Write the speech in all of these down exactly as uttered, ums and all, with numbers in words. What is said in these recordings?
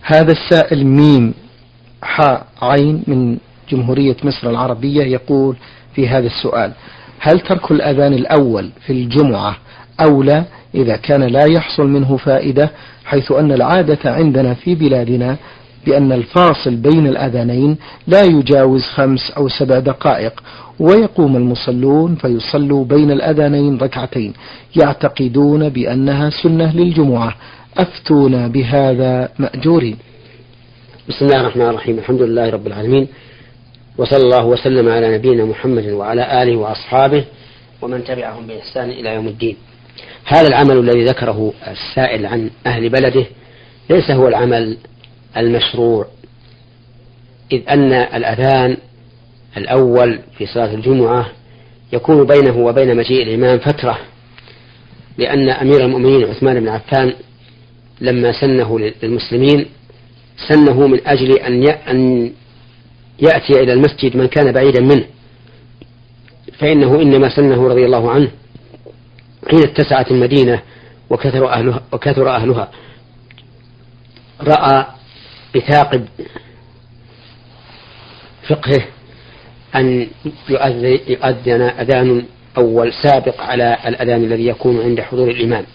هذا السائل ميم حاء عين من جمهورية مصر العربية يقول في هذا السؤال: هل ترك الأذان الأول في الجمعة أولى إذا كان لا يحصل منه فائدة، حيث أن العادة عندنا في بلادنا بأن الفاصل بين الأذانين لا يجاوز خمس أو سبع دقائق، ويقوم المصلون فيصلوا بين الأذانين ركعتين يعتقدون بأنها سنة للجمعة، أفتونا بهذا مأجورين. بسم الله الرحمن الرحيم، الحمد لله رب العالمين، وصلى الله وسلم على نبينا محمد وعلى آله وأصحابه ومن تبعهم بإحسان إلى يوم الدين. هذا العمل الذي ذكره السائل عن أهل بلده ليس هو العمل المشروع، إذ أن الأذان الأول في صلاة الجمعة يكون بينه وبين مجيء الإمام فترة، لأن أمير المؤمنين عثمان بن عفان لما سنه للمسلمين سنه من أجل أن يأتي إلى المسجد من كان بعيدا منه، فإنه إنما سنه رضي الله عنه حين اتسعت المدينة وكثر أهلها, وكثر أهلها رأى بثاقب فقهه أن يؤذن أذان أول سابق على الأذان الذي يكون عند حضور الإمام،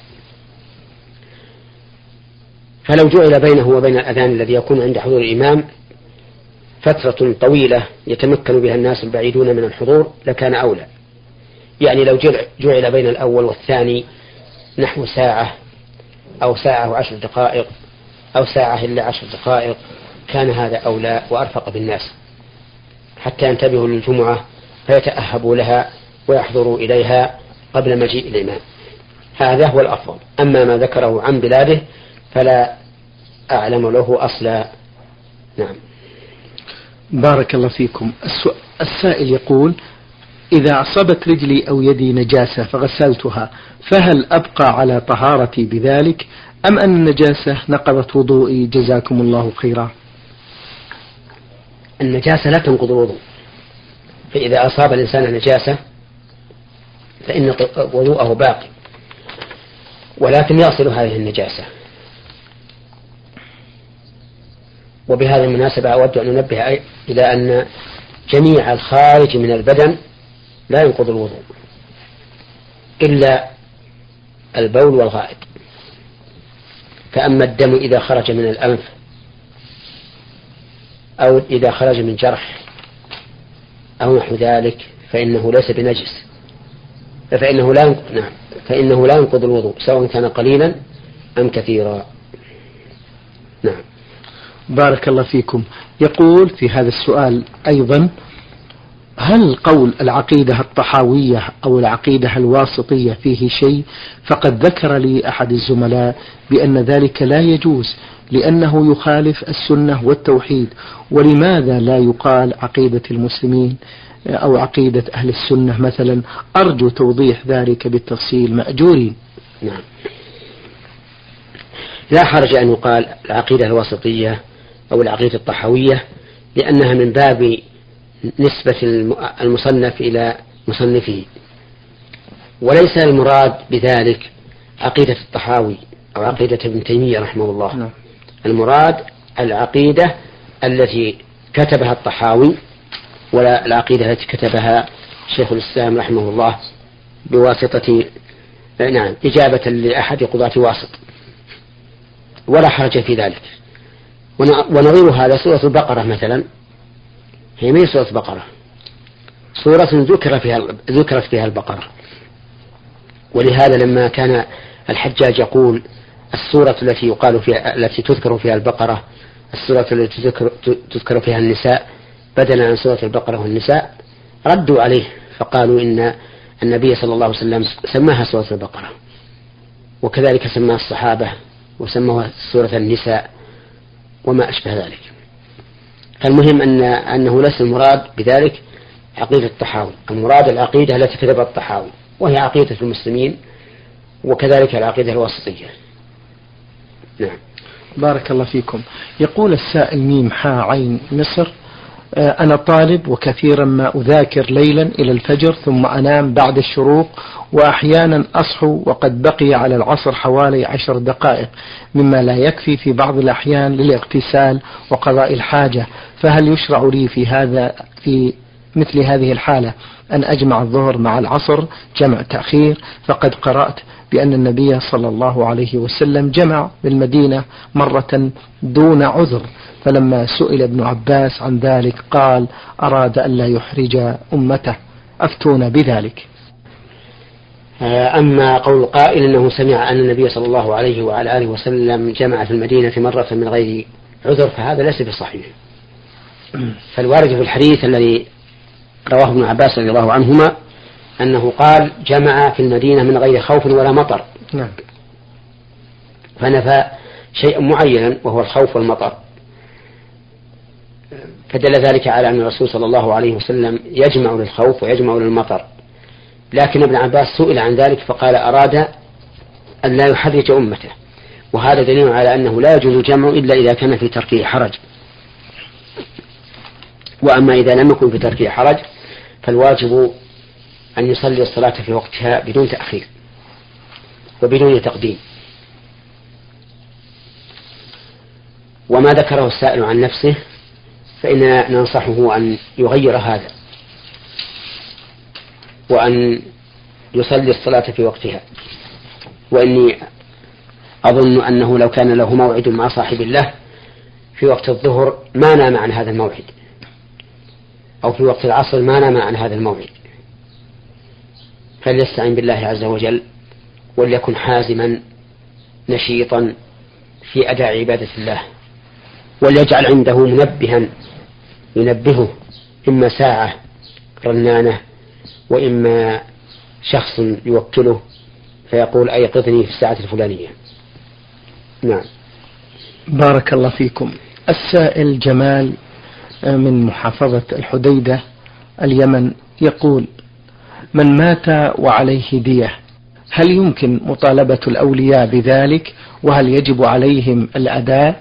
فلو جعل بينه وبين الأذان الذي يكون عند حضور الإمام فترة طويلة يتمكن بها الناس البعيدون من الحضور لكان أولى. يعني لو جعل بين الأول والثاني نحو ساعة أو ساعة وعشر دقائق أو ساعة إلا عشر دقائق كان هذا أولى وأرفق بالناس، حتى ينتبهوا للجمعة فيتأهبوا لها ويحضروا إليها قبل مجيء الإمام. هذا هو الأفضل. أما ما ذكره عن بلاده فلا أعلم له أصلا. نعم. بارك الله فيكم. السائل يقول: إذا أصابت رجلي أو يدي نجاسة فغسلتها فهل أبقى على طهارتي بذلك أم أن النجاسة نقضت وضوئي؟ جزاكم الله خيرا. النجاسة لا تنقض الوضوء، فإذا أصاب الإنسان نجاسة فإن وضوءه باقي، ولكن يصل هذه النجاسة. وبهذه المناسبة أود أن ننبه إلى أن جميع الخارج من البدن لا ينقض الوضوء إلا البول والغائط. فأما الدم إذا خرج من الأنف أو إذا خرج من جرح أو نحو ذلك فإنه ليس بنجس، فإنه لا نعم فإنه لا ينقض الوضوء سواء كان قليلا أم كثيرا. نعم. بارك الله فيكم. يقول في هذا السؤال أيضا: هل قول العقيدة الطحاوية أو العقيدة الواسطية فيه شيء؟ فقد ذكر لي أحد الزملاء بأن ذلك لا يجوز لأنه يخالف السنة والتوحيد، ولماذا لا يقال عقيدة المسلمين أو عقيدة أهل السنة مثلا؟ أرجو توضيح ذلك بالتفصيل مأجورين. نعم. لا حرج أن يقال العقيدة الواسطية أو العقيدة الطحاوية، لأنها من باب نسبة المصنف إلى مصنفه، وليس المراد بذلك عقيدة الطحاوي أو عقيدة ابن تيمية رحمه الله. نعم. المراد العقيدة التي كتبها الطحاوي ولا العقيدة التي كتبها شيخ الإسلام رحمه الله بواسطة نعم إجابة لأحد قضاة واسط، ولا حرج في ذلك. ونظير هذا سورة البقرة مثلا، هي من سورة البقرة، سورة ذكر فيها ذكرت فيها البقرة، ولهذا لما كان الحجاج يقول السورة التي يقال فيها التي تذكر فيها البقرة السورة التي تذكر, تذكر فيها النساء بدلا عن سورة البقرة والنساء، ردوا عليه فقالوا إن النبي صلى الله عليه وسلم سماها سورة البقرة، وكذلك سماها الصحابة وسموها سورة النساء وما أشبه ذلك. فالمهم أن أنه ليس المراد بذلك عقيدة الطحاوي، المراد العقيدة التي كتبها الطحاوي وهي عقيدة المسلمين، وكذلك العقيدة الواسطية. نعم. بارك الله فيكم. يقول السائل ميم حاء عين مصر: أنا طالب وكثيرا ما أذاكر ليلا إلى الفجر ثم أنام بعد الشروق، وأحيانا أصحو وقد بقي على العصر حوالي عشر دقائق، مما لا يكفي في بعض الأحيان للاغتسال وقضاء الحاجة. فهل يشرع لي في هذا في مثل هذه الحالة أن أجمع الظهر مع العصر جمع تأخير؟ فقد قرأت بأن النبي صلى الله عليه وسلم جمع بالمدينة مرة دون عذر، فلما سئل ابن عباس عن ذلك قال أراد أن لا يحرج أمته، أفتون بذلك. أما قول القائل أنه سمع أن النبي صلى الله عليه وعلى آله وسلم جمع في المدينة مرة من غير عذر فهذا ليس بصحيح. فالوارد في الحديث الذي رواه ابن عباس رضي الله عنهما أنه قال جمع في المدينة من غير خوف ولا مطر. نعم. فنفى شيئا معينا وهو الخوف والمطر، فدل ذلك على أن الرسول صلى الله عليه وسلم يجمع للخوف ويجمع للمطر. لكن ابن عباس سئل عن ذلك فقال أراد أن لا يحرج أمته، وهذا دليل على أنه لا يجوز الجمع إلا إذا كان في تركه حرج. وأما إذا لم يكن في تركه حرج فالواجب أن يصلي الصلاة في وقتها بدون تأخير وبدون تقديم. وما ذكره السائل عن نفسه فإننا ننصحه أن يغير هذا وأن يصلي الصلاة في وقتها. وإني أظن أنه لو كان له موعد مع صاحب الله في وقت الظهر ما نام عن هذا الموعد، أو في وقت العصر ما نام عن هذا الموعد، فليستعين بالله عز وجل وليكن حازما نشيطا في أداء عبادة الله، وليجعل عنده منبها ينبهه، إما ساعة رنانة وإما شخص يوكله فيقول أيقظني في الساعة الفلانية. نعم. بارك الله فيكم. السائل جمال من محافظة الحديدة اليمن يقول: من مات وعليه دية هل يمكن مطالبة الأولياء بذلك، وهل يجب عليهم الأداء؟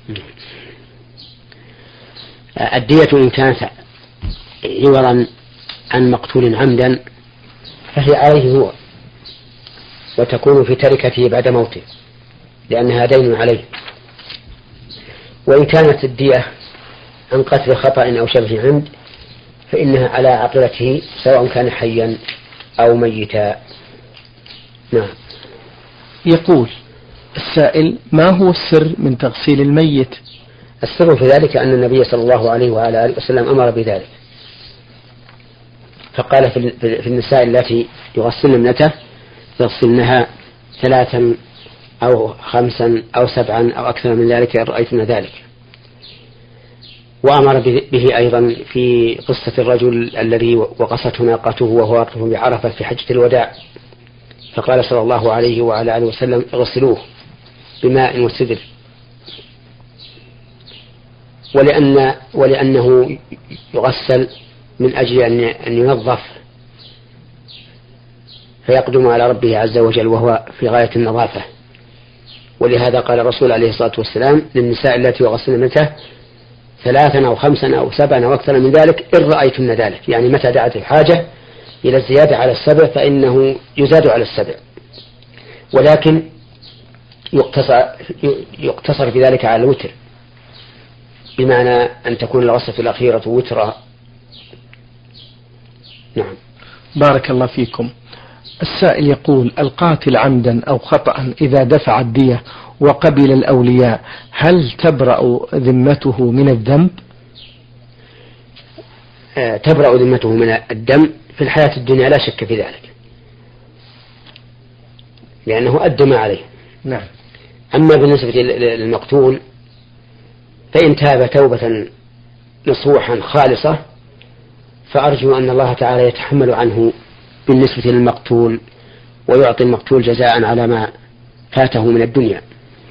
الدية إن كانت عوضا عن مقتول عمدا فهي عليه هو، وتكون في تركته بعد موته لأنها دين عليه. وإن كانت الدية عن قتل خطأ أو شبه عمد فإنها على عقلته سواء كان حيا أو ميتا. نعم. يقول السائل: ما هو السر من تغسيل الميت؟ السر في ذلك أن النبي صلى الله عليه وعلى آله وسلم أمر بذلك، فقال في النساء التي يغسلن ابنته يغسلنها ثلاثا أو خمسا أو سبعا أو أكثر من ذلك إن رأيتن ذلك. وأمر به أيضا في قصة الرجل الذي وقصته ناقته وهو واقف بعرفة في حجة الوداع، فقال صلى الله عليه وعلى آله وسلم: اغسلوه بماء وسدر. ولأن ولأنه يغسل من أجل أن ينظف فيقدم على ربه عز وجل وهو في غاية النظافة. ولهذا قال الرسول عليه الصلاة والسلام للنساء التي يغسلن ابنته ثلاثا أو خمسا أو سبعا أو أكثر من ذلك إن رأيتن ذلك، يعني متى دعت الحاجة إلى الزيادة على السبع فإنه يزاد على السبع، ولكن يقتصر, يقتصر في ذلك على الوتر، بمعنى أن تكون الغسلة الأخيرة وترا. نعم. بارك الله فيكم. السائل يقول: القاتل عمدا أو خطأ إذا دفع الدية وقبل الأولياء هل تبرأ ذمته من الذنب؟ آه تبرأ ذمته من الدم في الحياة الدنيا لا شك في ذلك، لأنه أدى ما عليه. نعم. أما بالنسبة للمقتول فإن تاب توبة نصوحا خالصة فأرجو أن الله تعالى يتحمل عنه بالنسبة للمقتول ويعطي المقتول جزاء على ما فاته من الدنيا،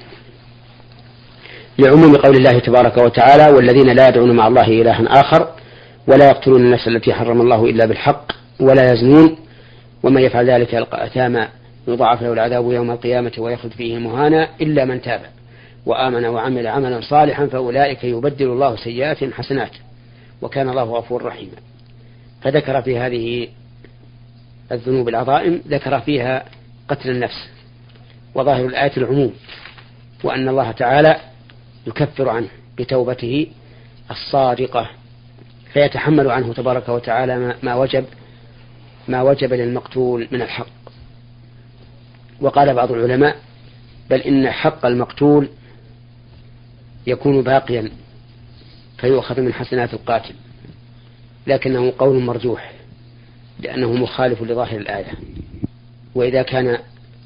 لعموم قول الله تبارك وتعالى: والذين لا يدعون مع الله إلها آخر ولا يقتلون النفس التي حرم الله إلا بالحق ولا يزنون ومن يفعل ذلك يلقى أثاما يضاعف له العذاب يوم القيامة ويخلد فيه مهانا إلا من تاب وآمن وعمل عملا صالحا فأولئك يبدل الله سيئاتهم حسنات وكان الله غفور رحيما. فذكر في هذه الذنوب العظائم ذكر فيها قتل النفس، وظاهر الآية العموم، وأن الله تعالى يكفر عنه بتوبته الصادقة، فيتحمل عنه تبارك وتعالى ما وجب ما وجب للمقتول من الحق. وقال بعض العلماء بل إن حق المقتول يكون باقيا فيؤخذ من حسنات القاتل، لكنه قول مرجوح لأنه مخالف لظاهر الآية. وإذا كان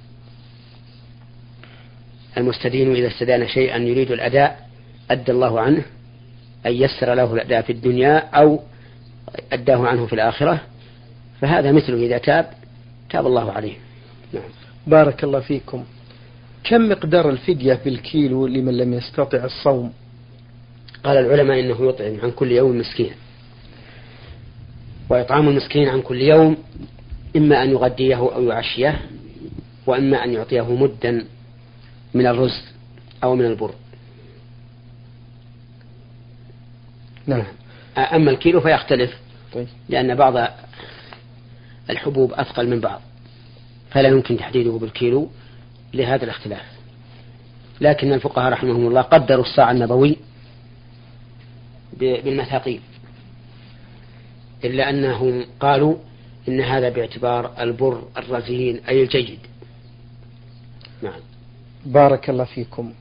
المستدين إذا استدان شيئا يريد الأداء أدى الله عنه، أن يسر له الأداء في الدنيا أو أداه عنه في الآخرة، فهذا مثله إذا تاب تاب الله عليه. نعم. بارك الله فيكم. كم مقدار الفدية بالكيلو لمن لم يستطع الصوم؟ قال العلماء إنه يطعم عن كل يوم مسكين، وإطعام المسكين عن كل يوم إما أن يغديه أو يعشيه، وإما أن يعطيه مدا من الرز أو من البر. نعم. أما الكيلو فيختلف، طيب. لأن بعض الحبوب أثقل من بعض، فلا يمكن تحديده بالكيلو لهذا الاختلاف. لكن الفقهاء رحمهم الله قدروا الصاع النبوي بالمثاقيل، إلا أنهم قالوا إن هذا باعتبار البر الرزين أي الجيد. نعم. بارك الله فيكم.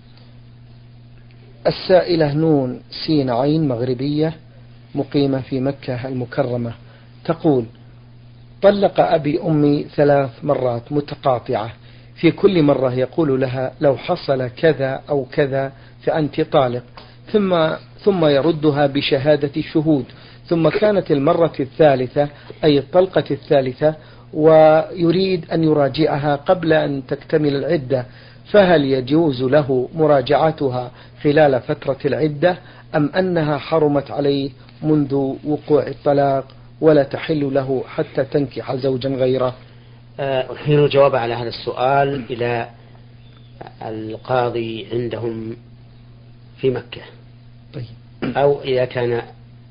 السائلة نون سين عين مغربية مقيمة في مكة المكرمة تقول: طلق أبي أمي ثلاث مرات متقاطعة، في كل مرة يقول لها لو حصل كذا أو كذا فأنت طالق، ثم ثم يردها بشهادة شهود، ثم كانت المرة الثالثة أي الطلقة الثالثة ويريد أن يراجعها قبل أن تكتمل العدة، فهل يجوز له مراجعتها خلال فترة العدة أم أنها حرمت عليه منذ وقوع الطلاق ولا تحل له حتى تنكح زوجا غيره؟ أحيل الجواب على هذا السؤال إلى القاضي عندهم في مكة. طيب. أو إذا كان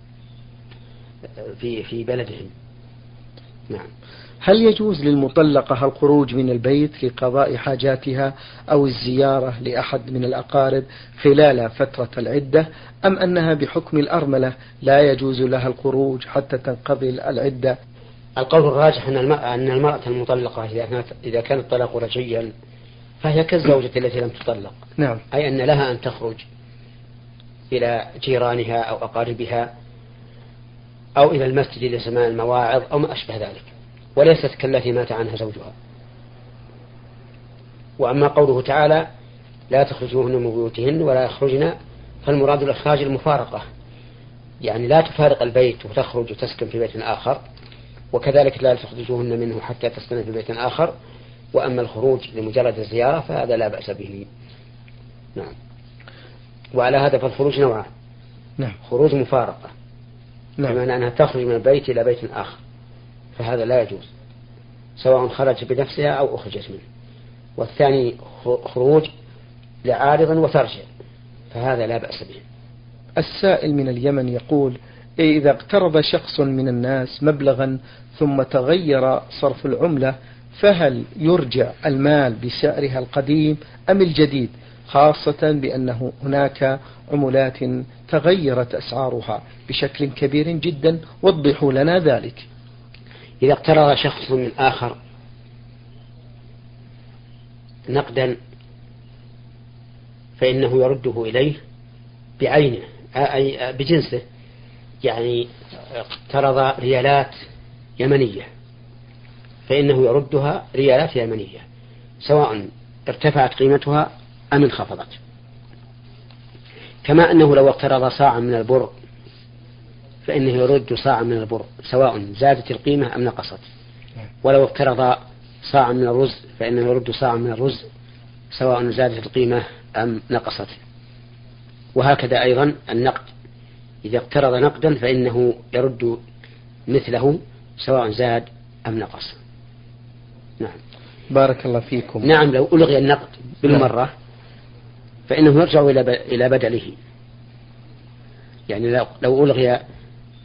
في في بلدهم. نعم. هل يجوز للمطلقة الخروج من البيت لقضاء حاجاتها أو الزيارة لأحد من الأقارب خلال فترة العدة، أم أنها بحكم الأرملة لا يجوز لها الخروج حتى تنقضي العدة؟ القول الراجح أن المرأة, أن المرأة المطلقة إذا كانت إذا كان الطلاق رجعيا فهي كالزوجة التي لم تطلق. نعم. أي أن لها أن تخرج إلى جيرانها أو أقاربها أو إلى المسجد لسماع المواعظ أو ما أشبه ذلك، وليست كالتي مات عنها زوجها. وأما قوله تعالى لا تخرجوهن من بيوتهن ولا يخرجن، فالمراد الإخراج المفارقة، يعني لا تفارق البيت وتخرج وتسكن في بيت آخر، وكذلك لا تخرجوهن منه حتى تسكن في بيت آخر. وأما الخروج لمجرد الزيارة فهذا لا بأس به. نعم. وعلى هذا فالخروج نوعان. نعم. خروج مفارقة، نعم. بمعنى أنها تخرج من البيت إلى بيت آخر، فهذا لا يجوز سواء خرج بنفسها أو أخرجت منه. والثاني خروج لعارض وترجع، فهذا لا بأس به. السائل من اليمن يقول: إذا اقترض شخص من الناس مبلغا ثم تغير صرف العملة، فهل يرجع المال بسعرها القديم أم الجديد، خاصة بأنه هناك عملات تغيرت أسعارها بشكل كبير جدا؟ وضحوا لنا ذلك. إذا اقترض شخص من آخر نقدا فإنه يرده إليه بعينه أي بجنسه، يعني اقترض ريالات يمنية فإنه يردها ريالات يمنية سواء ارتفعت قيمتها أم انخفضت. كما أنه لو اقترض صاعا من البر فإنه يرد صاعا من البر سواء زادت القيمة أم نقصت، ولو اقترض صاعا من الرز فإنه يرد صاعا من الرز سواء زادت القيمة أم نقصت. وهكذا أيضا النقد، إذا اقترض نقدا فإنه يرد مثله سواء زاد أم نقص. نعم. بارك الله فيكم. نعم. لو ألغي النقد بالمرة نعم. فإنه يرجع إلى إلى بدله، يعني لو ألغي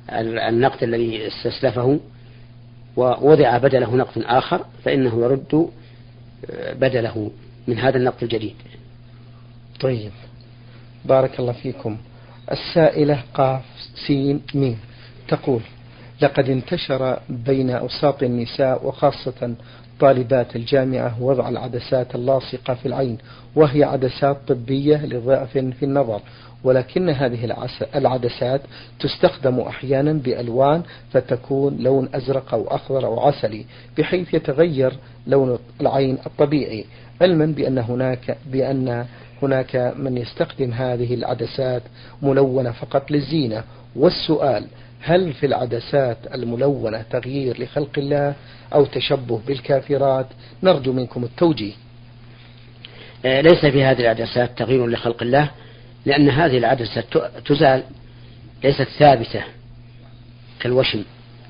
النقد الذي استسلفه ووضع بدله نقد آخر فإنه يرد بدله من هذا النقد الجديد. طيب، بارك الله فيكم. السائلة قاف سين ميم تقول: لقد انتشر بين أوساط النساء وخاصة طالبات الجامعة وضع العدسات اللاصقة في العين، وهي عدسات طبية لضعف في النظر، ولكن هذه العدسات تستخدم أحيانا بألوان فتكون لون أزرق أو أخضر أو عسلي بحيث يتغير لون العين الطبيعي، علما بأن هناك بأن هناك من يستخدم هذه العدسات ملونة فقط للزينة. والسؤال: هل في العدسات الملونة تغيير لخلق الله أو تشبه بالكافرات؟ نرجو منكم التوجيه. ليس في هذه العدسات تغيير لخلق الله، لأن هذه العدسة تزال، ليست ثابتة كالوشم،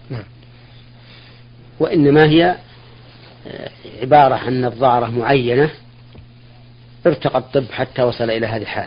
وإنما هي عبارة عن نظارة معينة ارتقى الطب حتى وصل إلى هذه الحال.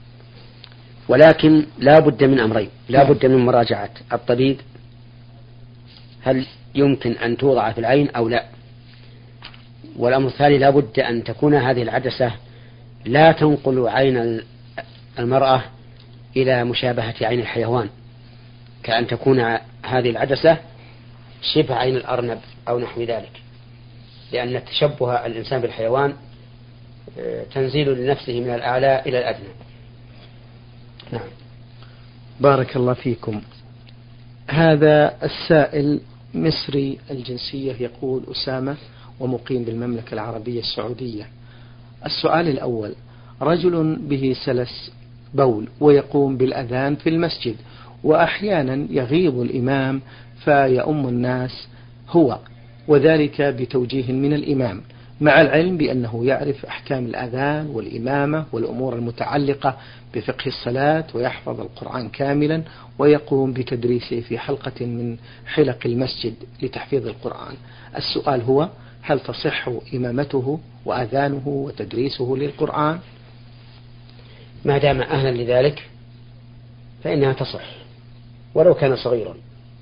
ولكن لا بد من أمرين: لا بد من مراجعة الطبيب هل يمكن أن توضع في العين أو لا، والأمر الثاني لا بد أن تكون هذه العدسة لا تنقل عين المرأة إلى مشابهة عين الحيوان، كأن تكون هذه العدسة شبه عين الأرنب أو نحو ذلك، لأن تشبه الإنسان بالحيوان تنزيل لنفسه من الأعلى إلى الأدنى. نعم، بارك الله فيكم. هذا السائل مصري الجنسية، يقول: أسامة، ومقيم بالمملكة العربية السعودية. السؤال الأول: رجل به سلس بول ويقوم بالأذان في المسجد، وأحيانا يغيب الإمام فيؤم الناس هو، وذلك بتوجيه من الإمام، مع العلم بأنه يعرف أحكام الأذان والإمامة والأمور المتعلقة بفقه الصلاة، ويحفظ القرآن كاملا، ويقوم بتدريسه في حلقة من حلق المسجد لتحفيظ القرآن. السؤال هو: هل تصح إمامته وأذانه وتدريسه للقرآن؟ ما دام أهلا لذلك فإنها تصح ولو كان صغيرا،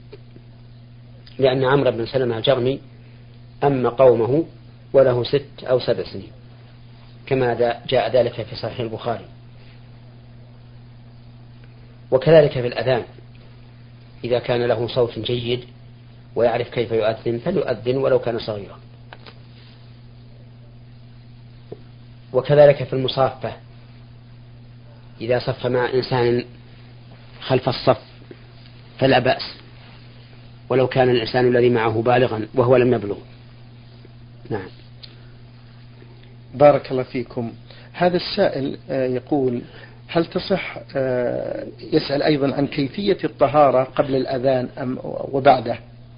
لأن عمرو بن سلمة الجرمي أما قومه وله ست أو سبع سنين، كما جاء ذلك في صحيح البخاري. وكذلك في الأذان، إذا كان له صوت جيد ويعرف كيف يؤذن فليؤذن ولو كان صغيرا. وكذلك في المصافة، إذا صف مع إنسان خلف الصف فلا بأس، ولو كان الإنسان الذي معه بالغا وهو لم يبلغ. نعم، بارك الله فيكم. هذا السائل يقول: هل تصح، يسأل أيضا عن كيفية الطهارة قبل الأذان أم وبعده؟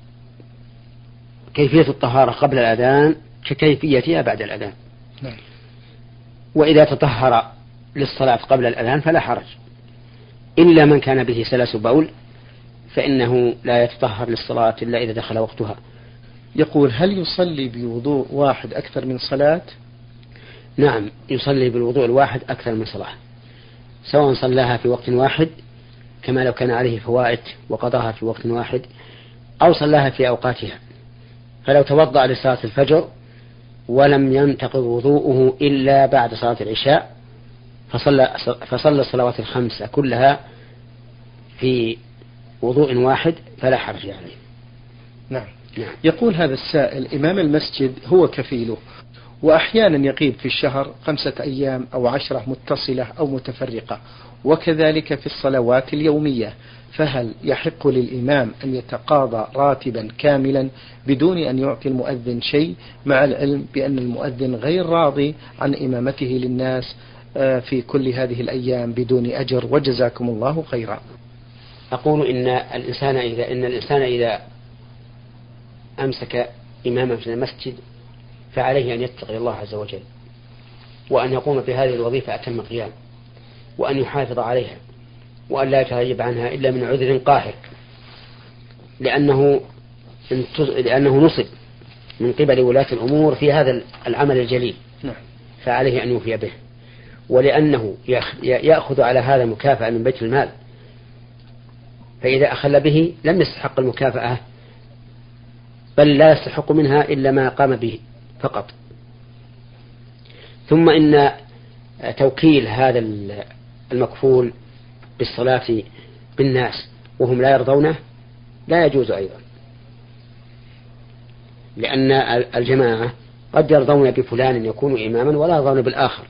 كيفية الطهارة قبل الأذان ككيفيتها بعد الأذان. نعم. وإذا تطهر للصلاة قبل الأذان فلا حرج، إلا من كان به سلس بول فإنه لا يتطهر للصلاة إلا إذا دخل وقتها. يقول: هل يصلي بوضوء واحد أكثر من صلاة؟ نعم، يصلي بالوضوء الواحد أكثر من صلاة، سواء صلاها في وقت واحد كما لو كان عليه فوائت وقضاها في وقت واحد، أو صلاها في أوقاتها. فلو توضأ لصلاة الفجر ولم ينتقض وضوءه إلا بعد صلاة العشاء فصلى, فصلى الصلوات الخمسة كلها في وضوء واحد فلا حرج عليه. نعم. نعم. يقول هذا السائل: إمام المسجد هو كفيله، وأحيانا يغيب في الشهر خمسة أيام أو عشرة متصلة أو متفرقة، وكذلك في الصلوات اليومية، فهل يحق للإمام أن يتقاضى راتبا كاملا بدون أن يعطي المؤذن شيء، مع العلم بأن المؤذن غير راضي عن إمامته للناس في كل هذه الأيام بدون أجر؟ وجزاكم الله خيرا. أقول إن الإنسان إذا إن الإنسان إذا أمسك إماما في المسجد فعليه أن يتقي الله عز وجل، وأن يقوم بهذه الوظيفة أتم قيام، وأن يحافظ عليها، وأن لا يتغيب عنها إلا من عذر قاهر، لأنه لأنه نصب من قبل ولاة الأمور في هذا العمل الجليل، فعليه أن يوفي به، ولأنه يأخذ على هذا مكافأة من بيت المال فإذا أخل به لم يستحق المكافأة، بل لا يستحق منها إلا ما قام به فقط. ثم إن توكيل هذا المكفول بالصلاة بالناس وهم لا يرضونه لا يجوز أيضا، لأن الجماعة قد يرضون بفلان يكون إماما ولا يرضون بالآخر،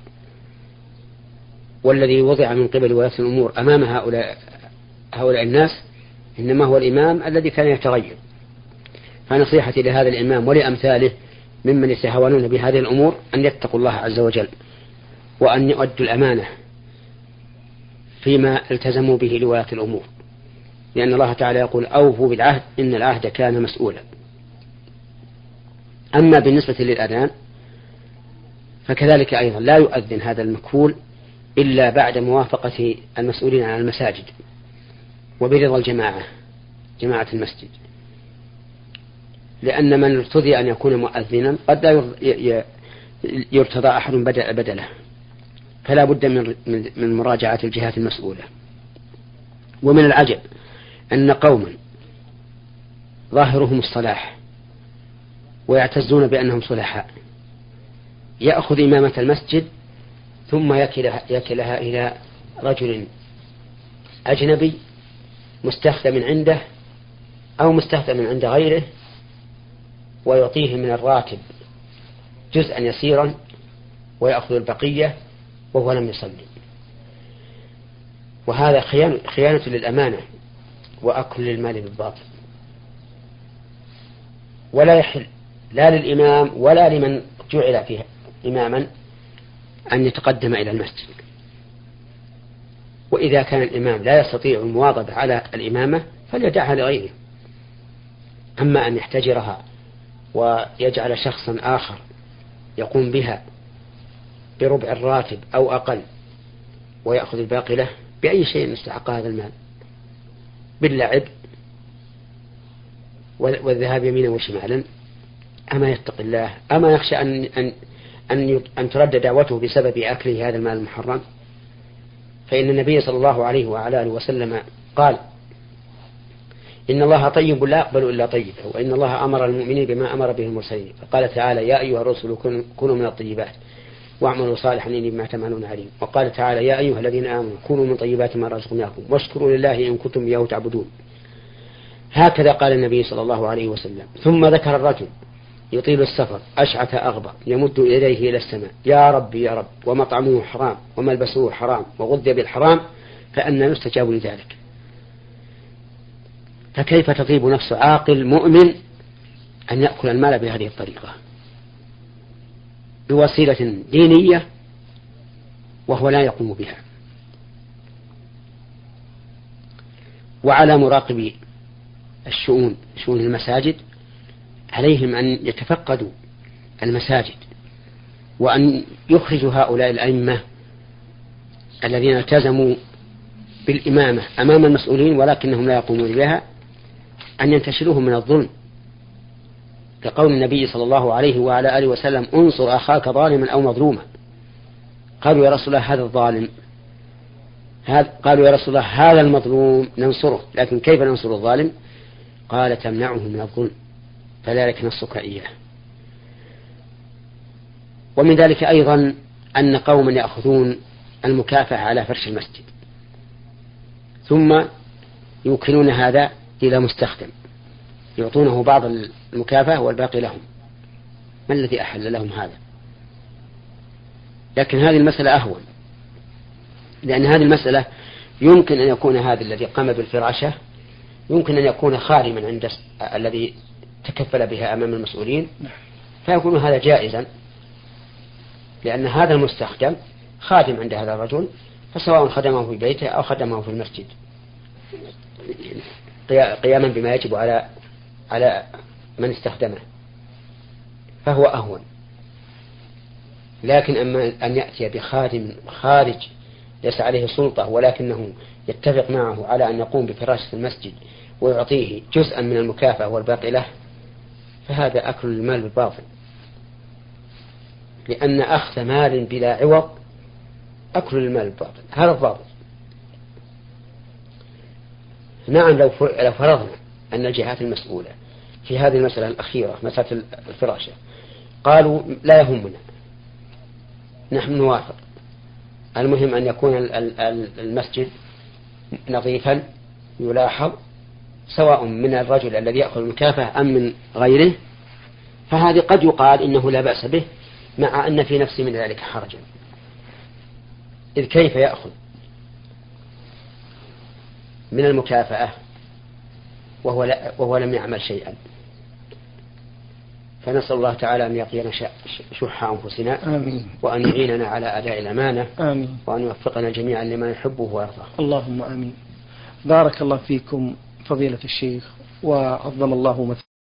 والذي وضع من قبل ولاة الأمور أمام هؤلاء هؤلاء الناس إنما هو الإمام الذي كان يتغير. فنصيحتي لهذا الإمام ولأمثاله ممن يتهاونون بهذه الأمور أن يتقوا الله عز وجل، وأن يؤدوا الأمانة فيما التزموا به لولاة الأمور، لأن الله تعالى يقول أوفوا بالعهد إن العهد كان مسؤولا. أما بالنسبة للأذان فكذلك أيضا لا يؤذن هذا المكفول إلا بعد موافقة المسؤولين عن المساجد وبرضا الجماعة جماعة المسجد، لأن من ارتضي أن يكون مؤذنا قد لا يرتضى أحد بدله، فلا بد من مراجعة الجهات المسؤولة. ومن العجب أن قوما ظاهرهم الصلاح ويعتزون بأنهم صلحاء يأخذ إمامة المسجد ثم يكلها, يكلها إلى رجل أجنبي مستخدم عنده أو مستخدم عند غيره، ويعطيه من الراتب جزءا يسيرا ويأخذ البقية وهو لم يصلي. وهذا خيانة للأمانة وأكل للمال بالباطل، ولا يحل لا للإمام ولا لمن جعل فيه إماما أن يتقدم إلى المسجد. وإذا كان الإمام لا يستطيع المواظبة على الإمامة فليدعها لغيره. أما أن يحتجرها ويجعل شخصا آخر يقوم بها بربع الراتب أو أقل ويأخذ الباقي له، بأي شيء يستحق هذا المال؟ باللعب والذهاب يمينا وشمالا؟ أما يتق الله؟ أما يخشى أن, أن, أن, أن ترد دعوته بسبب أكله هذا المال المحرم؟ فإن النبي صلى الله عليه وعلى آله وسلم قال إن الله طيب لا يقبل إلا طيبا، وإن الله أمر المؤمنين بما أمر به المرسلين، فقال تعالى يا أيها الرسل كونوا من الطيبات واعملوا صالحا إني بما تعملون عليم. وقال تعالى يا أيها الذين آمنوا كونوا من طيبات ما رزقناكم واشكروا لله إن كنتم إياه تعبدون. هكذا قال النبي صلى الله عليه وسلم. ثم ذكر الرجل يطيل السفر أشعث أغبر يمد إليه إلى السماء يا رب يا رب ومطعمه حرام وملبسه حرام وغذي بالحرام فأنى يستجاب لذلك. فكيف تطيب نفس عاقل مؤمن أن يأكل المال بهذه الطريقة بوسيلة دينية وهو لا يقوم بها؟ وعلى مراقبي الشؤون شؤون المساجد عليهم أن يتفقدوا المساجد وأن يخرجوا هؤلاء الأئمة الذين التزموا بالإمامة أمام المسؤولين ولكنهم لا يقومون بها، أن ينتشلوهم من الظلم، كقول النبي صلى الله عليه وعلى آله وسلم انصر أخاك ظالما أو مظلوما. قالوا يا رسول الله هذا الظالم، قالوا يا رسول الله هذا المظلوم ننصره، لكن كيف ننصر الظالم؟ قال تمنعه من الظلم فذلك نصك إياه. ومن ذلك أيضا أن قوما يأخذون المكافأة على فرش المسجد ثم يوكلون هذا إلى مستخدم يعطونه بعض المكافأة والباقي لهم. ما الذي أحل لهم هذا؟ لكن هذه المسألة أهون، لأن هذه المسألة يمكن أن يكون هذا الذي قام بالفراشة يمكن أن يكون خادما عند الذي تكفل بها أمام المسؤولين، فيكون هذا جائزا، لأن هذا المستخدم خادم عند هذا الرجل، فسواء خدمه في بيته أو خدمه في المسجد قياما بما يجب على على من استخدمه فهو أهون. لكن أما أن يأتي بخادم خارج ليس عليه سلطة ولكنه يتفق معه على أن يقوم بفراشة المسجد ويعطيه جزءا من المكافأة والباقي له، فهذا أكل المال بالباطل، لأن أخذ مال بلا عوض أكل المال بالباطل، هذا الضابط. نعم، لو لو فرضنا أن الجهات المسؤولة في هذه المسألة الأخيرة مسألة الفراشة قالوا لا يهمنا، نحن نوافق، المهم أن يكون المسجد نظيفا يلاحظ سواء من الرجل الذي يأخذ المكافأة أم من غيره، فهذه قد يقال إنه لا بأس به، مع أن في نفسه من ذلك حرجا، إذ كيف يأخذ من المكافأة وهو, لا وهو لم يعمل شيئا. فنسأل الله تعالى أن يقينا شح أنفسنا، آمين. وأن يعيننا على أداء الأمانة، آمين. وأن يوفقنا جميعا لما يحبه ويرضاه. اللهم آمين. بارك الله فيكم فضيلة الشيخ، وعظم الله مثلا